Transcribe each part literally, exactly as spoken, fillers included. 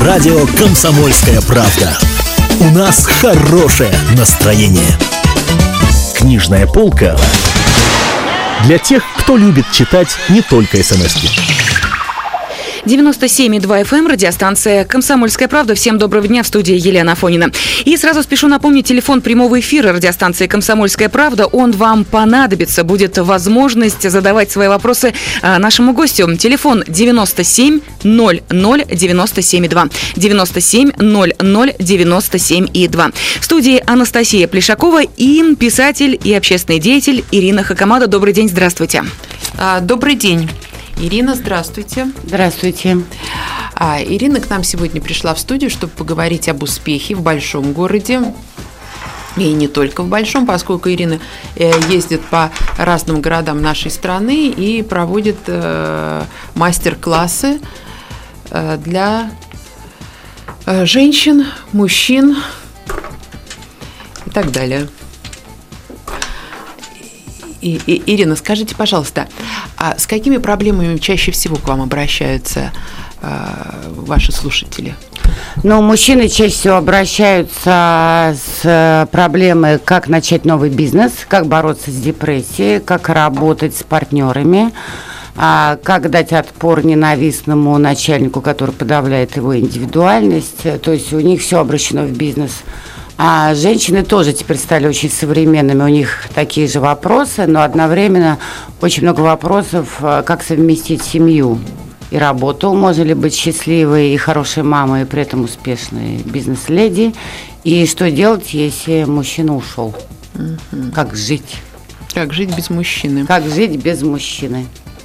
Радио «Комсомольская правда». У нас хорошее настроение. Книжная полка для тех, кто любит читать не только смс-ки. девяносто семь и два эф эм, радиостанция «Комсомольская правда». Всем доброго дня, в студии Елена Афонина. И сразу спешу напомнить телефон прямого эфира радиостанции «Комсомольская правда». Он вам понадобится. Будет возможность задавать свои вопросы нашему гостю. Телефон девяносто семь ноль ноль девяносто семь и два. девяносто семь ноль ноль девяносто семь и два. В студии Анастасия Плешакова и писатель и общественный деятель Ирина Хакамада. Добрый день, здравствуйте. Добрый день. Ирина, здравствуйте. Здравствуйте. А, Ирина к нам сегодня пришла в студию, чтобы поговорить об успехе в большом городе. И не только в большом, поскольку Ирина ездит по разным городам нашей страны и проводит э, мастер-классы э, для э, женщин, мужчин и так далее. И, и, Ирина, скажите, пожалуйста, а с какими проблемами чаще всего к вам обращаются э, ваши слушатели? Ну, мужчины чаще всего обращаются с проблемой, как начать новый бизнес, как бороться с депрессией, как работать с партнерами, как дать отпор ненавистному начальнику, который подавляет его индивидуальность. То есть у них все обращено в бизнес. А женщины тоже теперь стали очень современными, у них такие же вопросы, но одновременно очень много вопросов, как совместить семью и работу, можно ли быть счастливой и хорошей мамой, и при этом успешной бизнес-леди, и что делать, если мужчина ушел, угу. Как жить. Как жить без мужчины. Как жить без мужчины.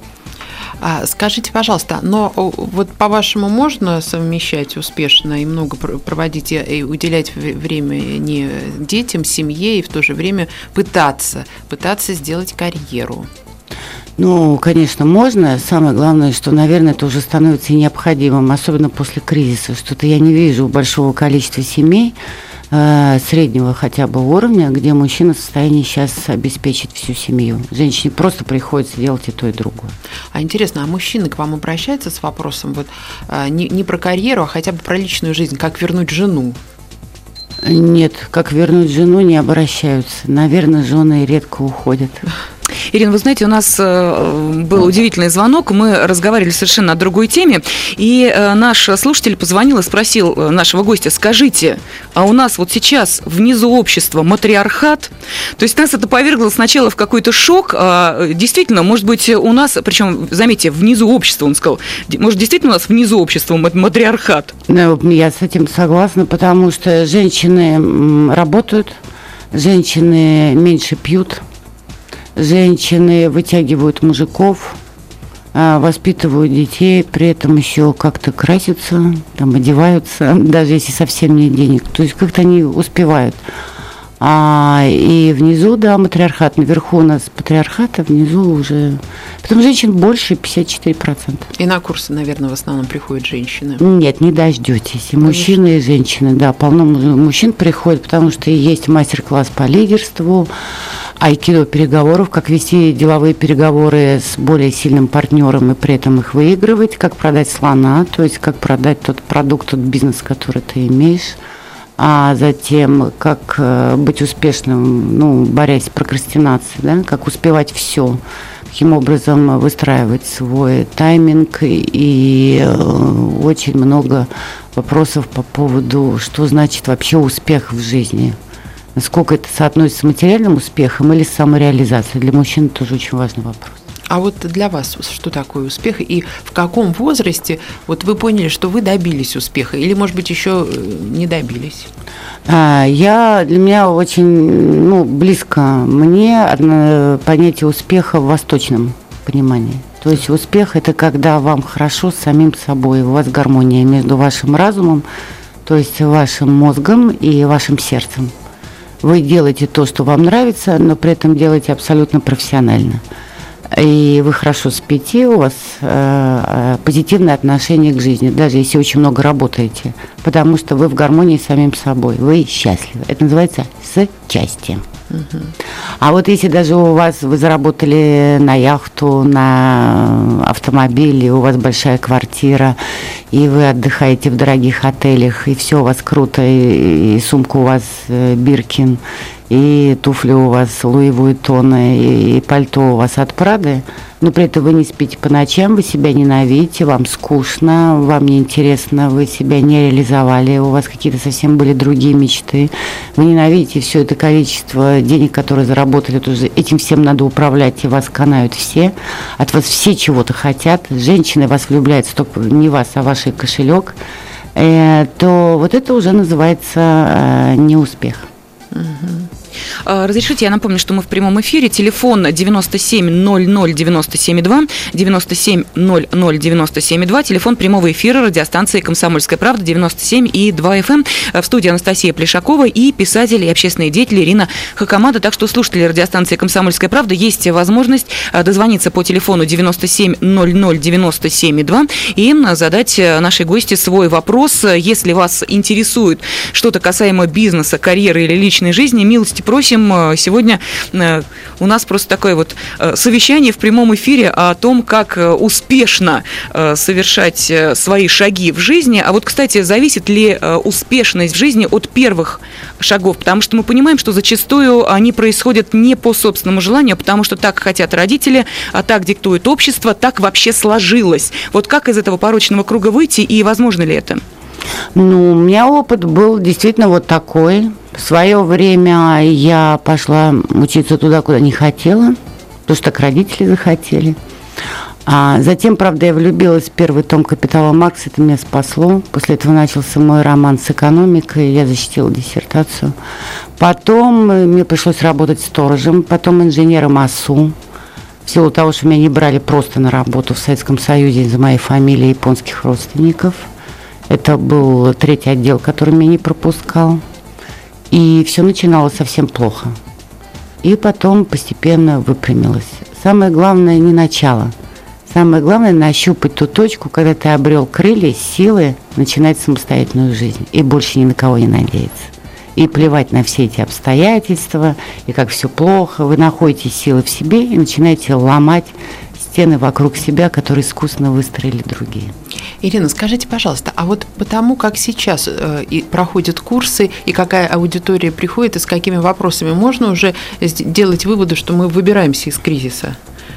А, скажите, пожалуйста, но вот по-вашему можно совмещать успешно и много проводить и уделять время не детям, семье и в то же время пытаться, пытаться сделать карьеру? Ну, конечно, можно. Самое главное, что, наверное, это уже становится необходимым, особенно после кризиса. Что-то я не вижу большого количества семей, среднего хотя бы уровня, где мужчина в состоянии сейчас обеспечить всю семью. Женщине просто приходится делать и то, и другое. А интересно, а мужчины к вам обращаются с вопросом вот, не, не про карьеру, а хотя бы про личную жизнь, как вернуть жену? Нет, как вернуть жену не обращаются. Наверное, жены редко уходят. Ирина, вы знаете, у нас был удивительный звонок, мы разговаривали совершенно о другой теме, и наш слушатель позвонил и спросил нашего гостя: скажите, а у нас вот сейчас внизу общества матриархат? То есть нас это повергло сначала в какой-то шок, а действительно, может быть, у нас, причем, заметьте, внизу общества, он сказал, может, действительно у нас внизу общества матриархат? Я с этим согласна, потому что женщины работают, женщины меньше пьют, женщины вытягивают мужиков, воспитывают детей, при этом еще как-то красятся, там, одеваются, даже если совсем нет денег. То есть как-то они успевают. А, и внизу, да, матриархат. Наверху у нас патриархат, а внизу уже... Потом женщин больше, пятьдесят четыре процента. И на курсы, наверное, в основном приходят женщины. Нет, не дождетесь. И мужчины, и женщины, да, полно мужчин приходят, потому что есть мастер-класс по лидерству, айкидо переговоров, как вести деловые переговоры с более сильным партнером и при этом их выигрывать, как продать слона, то есть как продать тот продукт, тот бизнес, который ты имеешь, а затем как быть успешным, ну, борясь с прокрастинацией, да, как успевать все, каким образом выстраивать свой тайминг, и очень много вопросов по поводу, что значит вообще успех в жизни. Насколько это соотносится с материальным успехом или с самореализацией. Для мужчин тоже очень важный вопрос. А вот для вас что такое успех? И в каком возрасте вот вы поняли, что вы добились успеха? Или, может быть, еще не добились? Я, для меня очень ну, близко мне понятие успеха в восточном понимании. То есть успех – это когда вам хорошо с самим собой, у вас гармония между вашим разумом, то есть вашим мозгом и вашим сердцем. Вы делаете то, что вам нравится, но при этом делаете абсолютно профессионально. И вы хорошо спите, у вас э, позитивное отношение к жизни, даже если очень много работаете, потому что вы в гармонии с самим собой, вы счастливы. Это называется счастье. Угу. А вот если даже у вас вы заработали на яхту, на автомобиль, и у вас большая квартира, и вы отдыхаете в дорогих отелях, и все у вас круто, и, и сумка у вас Биркин, и туфли у вас Луи Вуиттона, и, и пальто у вас от Прады, но при этом вы не спите по ночам, вы себя ненавидите, вам скучно, вам неинтересно, вы себя не реализовали, у вас какие-то совсем были другие мечты, вы ненавидите все это количество денег, которые заработали, тоже этим всем надо управлять, и вас канают все, от вас все чего-то хотят, женщины вас влюбляются, только не вас, а ваш кошелек, э, то вот это уже называется э, неуспех. Разрешите, я напомню, что мы в прямом эфире. Телефон девяносто семь ноль ноль девяносто семь два, девяносто семь ноль ноль девяносто семь два, телефон прямого эфира радиостанции «Комсомольская правда» девяносто семь и два эф эм. В студии Анастасия Плешакова и писатель и общественный деятель Ирина Хакамада. Так что слушатели радиостанции «Комсомольская правда» есть возможность дозвониться по телефону девяносто семь ноль ноль девяносто семь два и задать нашей гости свой вопрос. Если вас интересует что-то касаемо бизнеса, карьеры или личной жизни, милости просим. Сегодня у нас просто такое вот совещание в прямом эфире о том, как успешно совершать свои шаги в жизни. А вот, кстати, зависит ли успешность в жизни от первых шагов? Потому что мы понимаем, что зачастую они происходят не по собственному желанию, а потому что так хотят родители, а так диктует общество, так вообще сложилось. Вот как из этого порочного круга выйти и возможно ли это? Ну, у меня опыт был действительно вот такой. В свое время я пошла учиться туда, куда не хотела, потому что так родители захотели. А затем, правда, я влюбилась в первый том «Капитала Маркса», это меня спасло. После этого начался мой роман с экономикой, я защитила диссертацию. Потом мне пришлось работать сторожем, потом инженером АСУ. В силу того, что меня не брали просто на работу в Советском Союзе из-за моей фамилии японских родственников. Это был третий отдел, который меня не пропускал. И все начиналось совсем плохо. И потом постепенно выпрямилось. Самое главное не начало. Самое главное нащупать ту точку, когда ты обрел крылья, силы начинать самостоятельную жизнь. И больше ни на кого не надеяться. И плевать на все эти обстоятельства, и как все плохо. Вы находите силы в себе и начинаете ломать стены вокруг себя, которые искусственно выстроили другие. Ирина, скажите, пожалуйста, а вот потому, как сейчас э, и проходят курсы, и какая аудитория приходит, и с какими вопросами, можно уже делать выводы, что мы выбираемся из кризиса?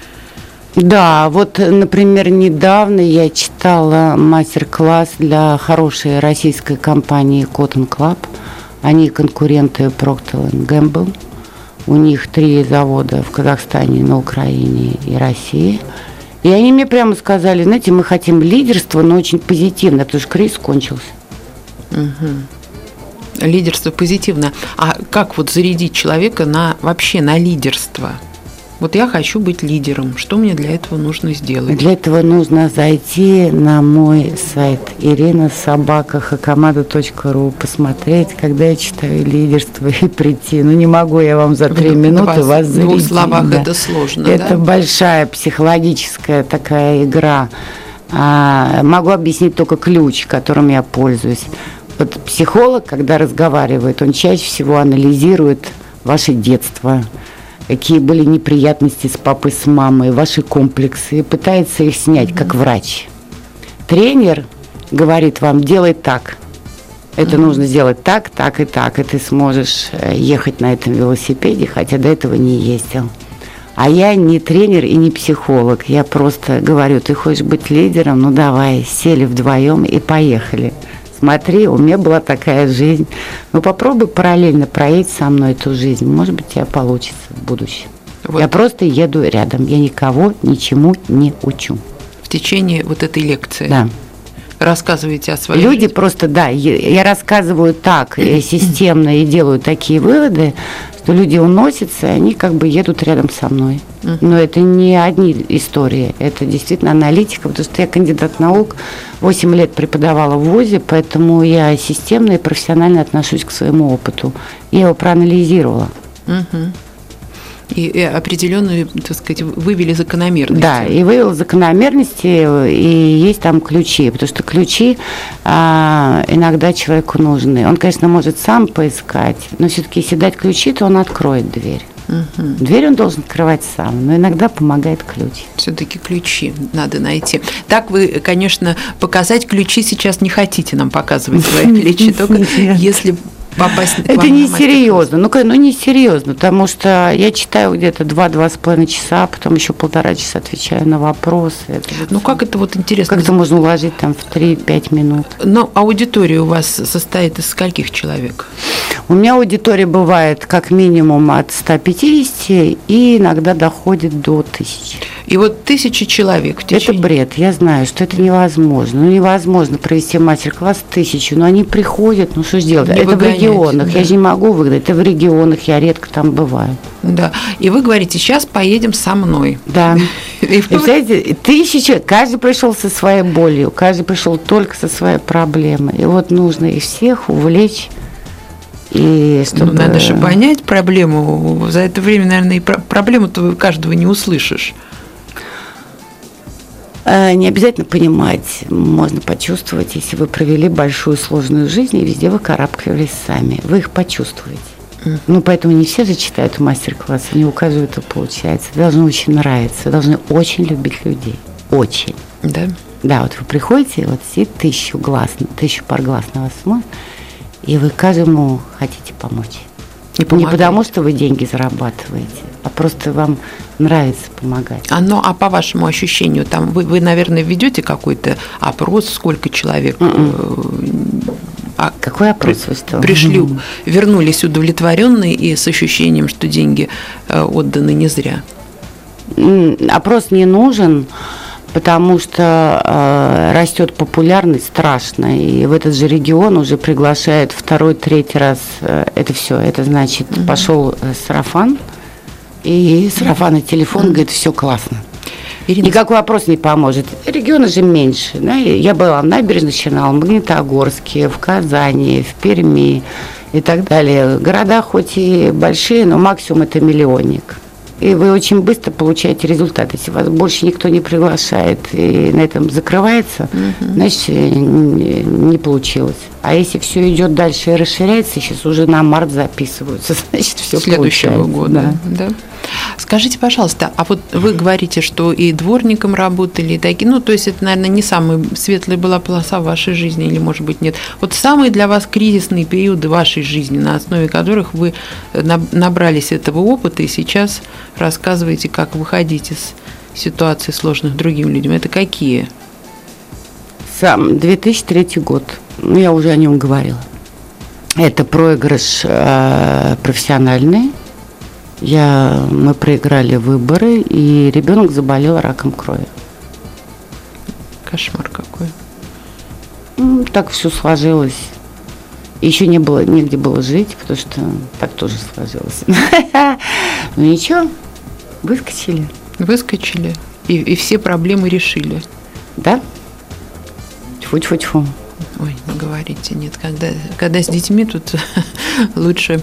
Да, вот, например, недавно я читала мастер-класс для хорошей российской компании Cotton Club. Они конкуренты Procter энд Gamble. У них три завода в Казахстане, на Украине и России. И они мне прямо сказали, знаете, мы хотим лидерства, но очень позитивно, потому что кризис кончился. Угу. Лидерство позитивно. А как вот зарядить человека на вообще на лидерство? Вот я хочу быть лидером. Что мне для этого нужно сделать? Для этого нужно зайти на мой сайт ирина собака хакамада точка ру, посмотреть, когда я читаю лидерство, и прийти. Ну, не могу я вам за три минуты вас зарядить. В двух словах да. это сложно, Это да? большая психологическая такая игра. А, могу объяснить только ключ, которым я пользуюсь. Вот психолог, когда разговаривает, он чаще всего анализирует ваше детство, какие были неприятности с папой, с мамой, ваши комплексы, и пытается их снять, mm-hmm. как врач. Тренер говорит вам, делай так. Это mm-hmm. нужно сделать так, так и так, и ты сможешь ехать на этом велосипеде, хотя до этого не ездил. А я не тренер и не психолог. Я просто говорю, ты хочешь быть лидером? Ну давай, сели вдвоем и поехали. Смотри, у меня была такая жизнь. Ну, попробуй параллельно проедь со мной эту жизнь. Может быть, у тебя получится в будущем. Вот. Я просто еду рядом. Я никого ничему не учу. В течение вот этой лекции? Да. Рассказываете о своей Люди жизни? просто, да, я рассказываю так системно и делаю такие выводы, что люди уносятся, и они как бы едут рядом со мной. Но это не одни истории, это действительно аналитика, потому что я кандидат наук, восемь лет преподавала в вузе, поэтому я системно и профессионально отношусь к своему опыту. Я его проанализировала. Угу. И, и определенную, так сказать, вывели закономерности. Да, и вывел закономерности, и есть там ключи, потому что ключи а, иногда человеку нужны. Он, конечно, может сам поискать, но все-таки если дать ключи, то он откроет дверь. Угу. Дверь он должен открывать сам, но иногда помогает ключ. Все-таки ключи надо найти. Так вы, конечно, показать ключи сейчас не хотите нам показывать свои ключи, только если попасть к вам. Это не серьезно, ну, ну не серьезно, потому что я читаю где-то два-два с половиной часа, потом еще полтора часа отвечаю на вопросы. Это вот, ну как это вот интересно? Как это можно уложить там в три-пять минут? Но аудитория у вас состоит из скольких человек? У меня аудитория бывает как минимум от ста пятидесяти и иногда доходит до тысячи. И вот тысячи человек в течение... Это бред, я знаю, что это невозможно. Ну, невозможно провести мастер-класс тысячу, но они приходят, ну, что ж делать? Не это в регионах, да. Я же не могу выгнать, это в регионах, я редко там бываю. Да, и вы говорите, сейчас поедем со мной. Да. И, представляете, тысячи, каждый пришел со своей болью, каждый пришел только со своей проблемой. И вот нужно их всех увлечь. И чтобы... Ну, надо же понять проблему. За это время, наверное, и проблему-то каждого не услышишь. Не обязательно понимать, можно почувствовать, если вы провели большую сложную жизнь, и везде вы карабкались сами. Вы их почувствуете. Mm. Ну, поэтому не все же читают мастер-классы, не у каждого это получается. Вы должны очень нравиться, вы должны очень любить людей. Очень. Да? Да, вот вы приходите, вот сидит тысячу глаз, тысячу пар глаз на вас смотрят, и вы каждому хотите помочь. Не, не потому, что вы деньги зарабатываете, а просто вам нравится помогать. А, ну, а по вашему ощущению, там вы, вы, наверное, ведете какой-то опрос, сколько человек Mm-mm. а, Какой опрос при, вы пришли, Mm-mm. вернулись удовлетворенные и с ощущением, что деньги отданы не зря? Опрос не нужен, потому что э, растет популярность страшно, и в этот же регион уже приглашают второй, третий раз. Э, это все, это значит, Mm-hmm. пошел сарафан, и сарафан и телефон, Mm-hmm. говорит, все классно. Ирина... Никакой вопрос не поможет. Регионы же меньше. Да? Я была в Набережной Челны, в Магнитогорске, в Казани, в Перми и так далее. Города хоть и большие, но максимум это миллионник. И вы очень быстро получаете результат. Если вас больше никто не приглашает и на этом закрывается, Mm-hmm. значит, не, не получилось. А если все идет дальше и расширяется, сейчас уже на март записываются, значит, все следующего получается. года. Да. Да. Скажите, пожалуйста, а вот вы говорите, что и дворником работали, и такие, ну, то есть это, наверное, не самая светлая была полоса в вашей жизни, или, может быть, нет. Вот самые для вас кризисные периоды вашей жизни, на основе которых вы набрались этого опыта и сейчас рассказываете, как выходить из ситуации сложных другим людям, это какие? Сам две тысячи третий год, ну, я уже о нем говорила. Это проигрыш э, профессиональный. Я, мы проиграли выборы, и ребенок заболел раком крови. Кошмар какой. Ну, так все сложилось. Еще не было, негде было жить, потому что так тоже сложилось. Ну ничего, выскочили. Выскочили, и, и все проблемы решили. Да. Тьфу-тьфу-тьфу. Ой, не говорите, нет, когда, когда с детьми тут лучше...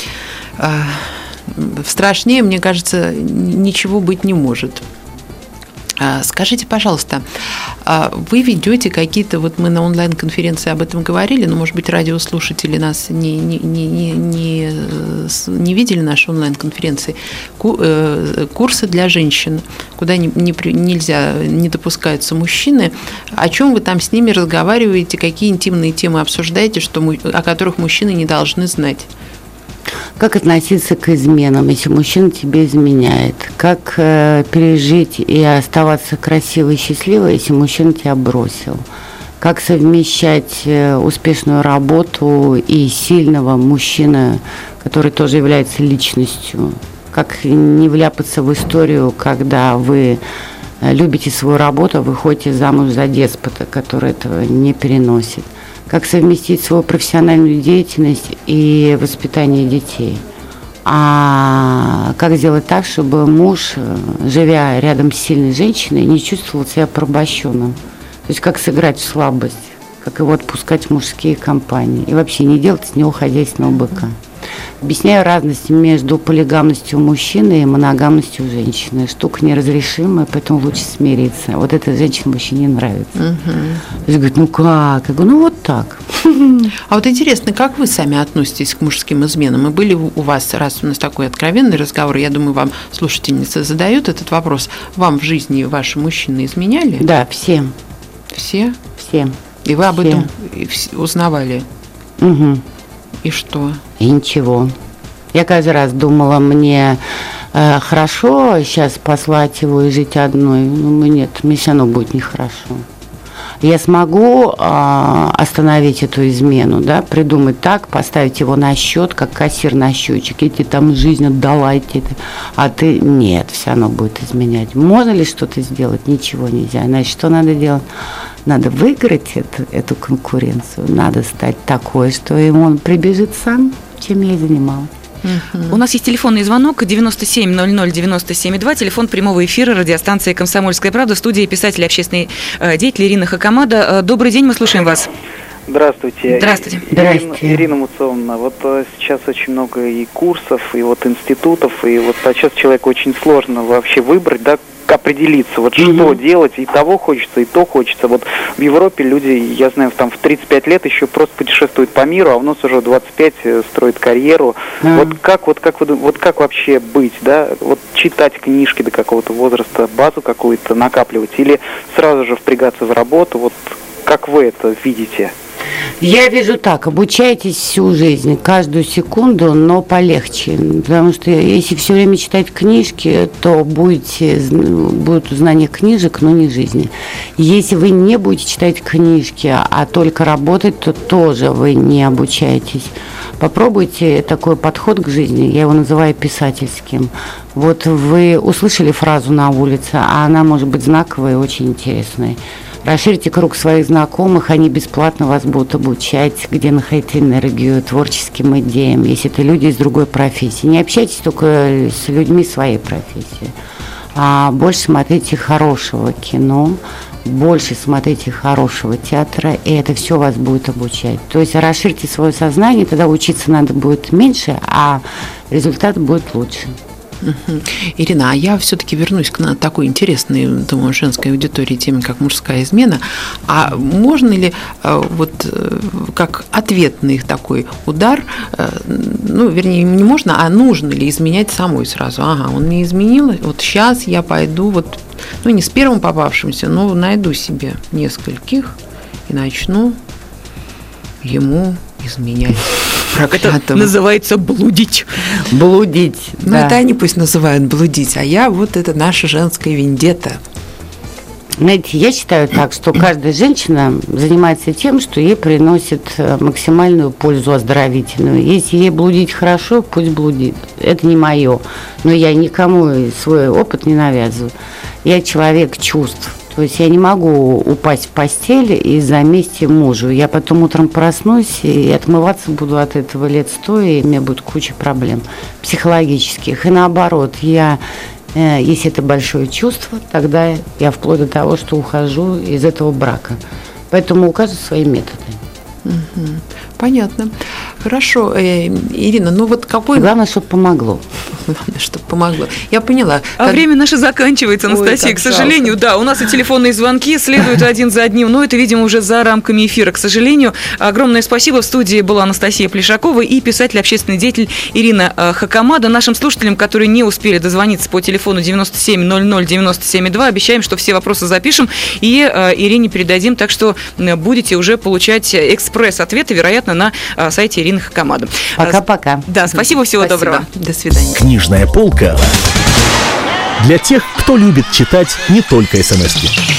Страшнее, мне кажется, ничего быть не может. Скажите, пожалуйста, вы ведете какие-то, вот мы на онлайн-конференции об этом говорили, но, может быть, радиослушатели нас не, не, не, не, не видели наши онлайн-конференции, курсы для женщин, куда не, не, нельзя, не допускаются мужчины. О чем вы там с ними разговариваете, какие интимные темы обсуждаете, что, о которых мужчины не должны знать? Как относиться к изменам, если мужчина тебе изменяет? Как э, пережить и оставаться красивой и счастливой, если мужчина тебя бросил? Как совмещать э, успешную работу и сильного мужчину, который тоже является личностью? Как не вляпаться в историю, когда вы любите свою работу, а вы ходите замуж за деспота, который этого не переносит? Как совместить свою профессиональную деятельность и воспитание детей. А как сделать так, чтобы муж, живя рядом с сильной женщиной, не чувствовал себя порабощенным. То есть как сыграть в слабость. как его отпускать в мужские компании. И вообще не делать из него хозяйственного быка. Объясняю разность между полигамностью мужчины и моногамностью женщины. Штука неразрешимая, поэтому лучше смириться. Вот эта женщина мужчине не нравится. Uh-huh. И говорит, ну как? Я говорю, ну вот так. А вот интересно, как вы сами относитесь к мужским изменам? И были у вас, раз у нас такой откровенный разговор, я думаю, вам слушательницы задают этот вопрос, вам в жизни ваши мужчины изменяли? Да, все. Все? Все. И вы об все. этом узнавали? Угу. И что? И ничего. Я каждый раз думала, мне э, хорошо сейчас послать его и жить одной. Ну, нет, мне все равно будет нехорошо. Я смогу э, остановить эту измену, да, придумать так, поставить его на счет, как кассир на счетчик. Я тебе там жизнь отдала, тебе, а ты нет, все равно будет изменять. Можно ли что-то сделать? Ничего нельзя. Значит, что надо делать? Надо выиграть эту, эту конкуренцию, надо стать такой, что ему он прибежит сам, чем я и занималась. У нас есть телефонный звонок девяносто семь ноль ноль девяносто семь два, телефон прямого эфира радиостанции «Комсомольская правда», в студии писатель и общественный деятель Ирина Хакамада. Добрый день, мы слушаем вас. Здравствуйте. Здравствуйте. Ирина, Ирина Муцовна, вот сейчас очень много и курсов, и вот институтов, и вот а сейчас человеку очень сложно вообще выбрать, да, определиться, вот mm-hmm. что делать, и того хочется, и то хочется. Вот в Европе люди, я знаю, там в тридцать пять лет еще просто путешествуют по миру, а у нас уже в двадцать пять строят карьеру. Mm-hmm. Вот как вот как вот как вообще быть, да? Вот читать книжки до какого-то возраста, базу какую-то накапливать, или сразу же впрягаться в работу? Вот как вы это видите? Я вижу так, обучайтесь всю жизнь, каждую секунду, но полегче, потому что если все время читать книжки, то будете, будут знания книжек, но не жизни. Если вы не будете читать книжки, а только работать, то тоже вы не обучаетесь. Попробуйте такой подход к жизни, я его называю писательским. Вот вы услышали фразу на улице, а она может быть знаковой и очень интересной. Расширьте круг своих знакомых, они бесплатно вас будут обучать, где находить энергию, творческим идеям, если это люди из другой профессии. Не общайтесь только с людьми своей профессии, а больше смотрите хорошего кино, больше смотрите хорошего театра, и это все вас будет обучать. То есть расширьте свое сознание, тогда учиться надо будет меньше, а результат будет лучше. Угу. Ирина, а я все-таки вернусь к такой интересной, думаю, женской аудитории теме, как мужская измена. А можно ли вот как ответный такой удар, ну, вернее, не можно, а нужно ли изменять самой сразу? Ага, он мне изменил, вот сейчас я пойду, вот, ну, не с первым попавшимся, но найду себе нескольких и начну ему изменять. Это называется блудить. Блудить. Ну, да. Это они пусть называют блудить, а я вот это наша женская вендетта. Знаете, я считаю так, что каждая женщина занимается тем, что ей приносит максимальную пользу оздоровительную. Если ей блудить хорошо, пусть блудит. Это не мое. Но я никому свой опыт не навязываю. Я человек чувств. То есть я не могу упасть в постель из-за мести мужу. Я потом утром проснусь и отмываться буду от этого лет сто, и у меня будет куча проблем психологических. И наоборот, я, э, если это большое чувство, тогда я вплоть до того, что ухожу из этого брака. Поэтому у каждого свои методы. Угу. Понятно. Хорошо, э, Ирина, ну вот какой... Главное, чтобы помогло. Главное, чтобы помогло. Я поняла. А как... время наше заканчивается, Анастасия. Ой, к сожалению, жалко. Да, у нас и телефонные звонки следуют один за одним, но это, видимо, уже за рамками эфира, к сожалению. Огромное спасибо. В студии была Анастасия Плешакова и писатель, общественный деятель Ирина Хакамада. Нашим слушателям, которые не успели дозвониться по телефону девяносто семь ноль ноль девяносто семь два, обещаем, что все вопросы запишем и Ирине передадим, так что будете уже получать экспресс-ответы, вероятно, на сайте Ирины Хакамада. Пока-пока. Да, спасибо, всего спасибо. Доброго. До свидания. Книжная полка для тех, кто любит читать не только эс эм эски.